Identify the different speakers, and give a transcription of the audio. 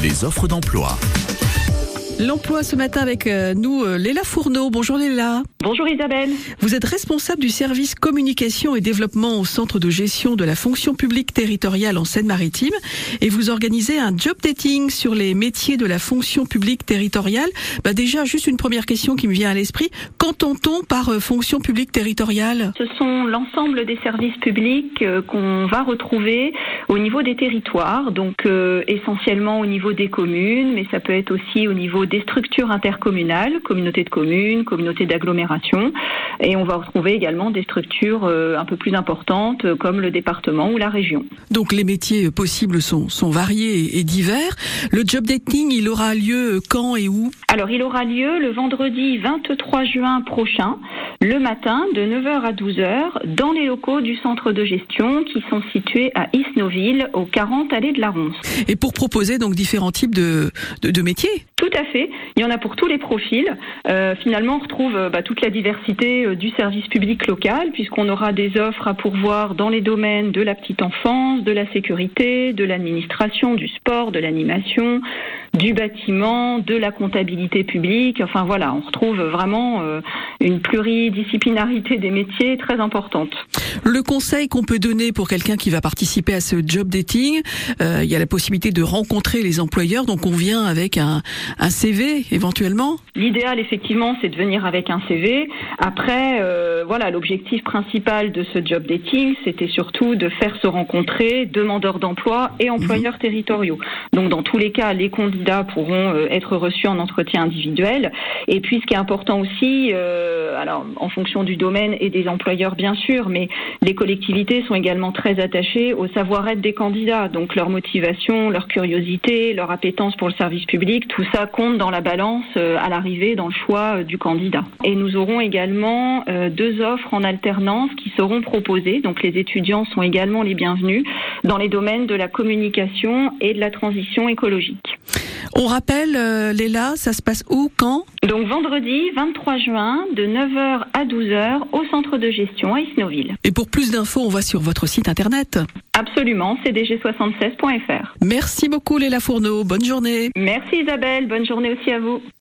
Speaker 1: les offres d'emploi.
Speaker 2: L'emploi ce matin avec nous, Léla Fourneau. Bonjour Léla.
Speaker 3: Bonjour Isabelle.
Speaker 2: Vous êtes responsable du service communication et développement au centre de gestion de la fonction publique territoriale en Seine-Maritime et vous organisez un job dating sur les métiers de la fonction publique territoriale. Déjà, juste une première question qui me vient à l'esprit. Qu'entend-on par fonction publique territoriale ?
Speaker 3: Ce sont l'ensemble des services publics qu'on va retrouver au niveau des territoires, donc essentiellement au niveau des communes, mais ça peut être aussi au niveau des structures intercommunales, communautés de communes, communautés d'agglomération, et on va retrouver également des structures un peu plus importantes comme le département ou la région.
Speaker 2: Donc les métiers possibles sont variés et divers. Le job dating, il aura lieu quand et où ?
Speaker 3: Alors il aura lieu le vendredi 23 juin prochain, le matin de 9h à 12h, dans les locaux du centre de gestion qui sont situés à Isnoville, au 40 allée de la Ronce.
Speaker 2: Et pour proposer donc différents types de métiers ?
Speaker 3: Tout à fait. Il y en a pour tous les profils. Finalement, on retrouve toute la diversité du service public local, puisqu'on aura des offres à pourvoir dans les domaines de la petite enfance, de la sécurité, de l'administration, du sport, de l'animation, du bâtiment, de la comptabilité publique. Enfin voilà, on retrouve vraiment une pluridisciplinarité des métiers très importante.
Speaker 2: Le conseil qu'on peut donner pour quelqu'un qui va participer à ce job dating, il y a la possibilité de rencontrer les employeurs, donc on vient avec un CV éventuellement.
Speaker 3: L'idéal effectivement c'est de venir avec un CV. Après l'objectif principal de ce job dating c'était surtout de faire se rencontrer demandeurs d'emploi et employeurs territoriaux. Donc dans tous les cas les candidats pourront être reçus en entretien individuel. Et puis ce qui est important aussi, en fonction du domaine et des employeurs bien sûr, mais les collectivités sont également très attachées au savoir-être des candidats. Donc leur motivation, leur curiosité, leur appétence pour le service public, tout ça compte dans la balance à l'arrivée dans le choix du candidat. Et nous aurons également 2 offres en alternance qui seront proposées. Donc les étudiants sont également les bienvenus dans les domaines de la communication et de la transition écologique.
Speaker 2: On rappelle, Léla, ça se passe où, quand ?
Speaker 3: Donc vendredi 23 juin de 9h à 12h au centre de gestion à Isnoville.
Speaker 2: Et pour plus d'infos, on va sur votre site internet.
Speaker 3: Absolument, cdg76.fr.
Speaker 2: Merci beaucoup Léla Fourneau, bonne journée.
Speaker 3: Merci Isabelle, bonne journée aussi à vous.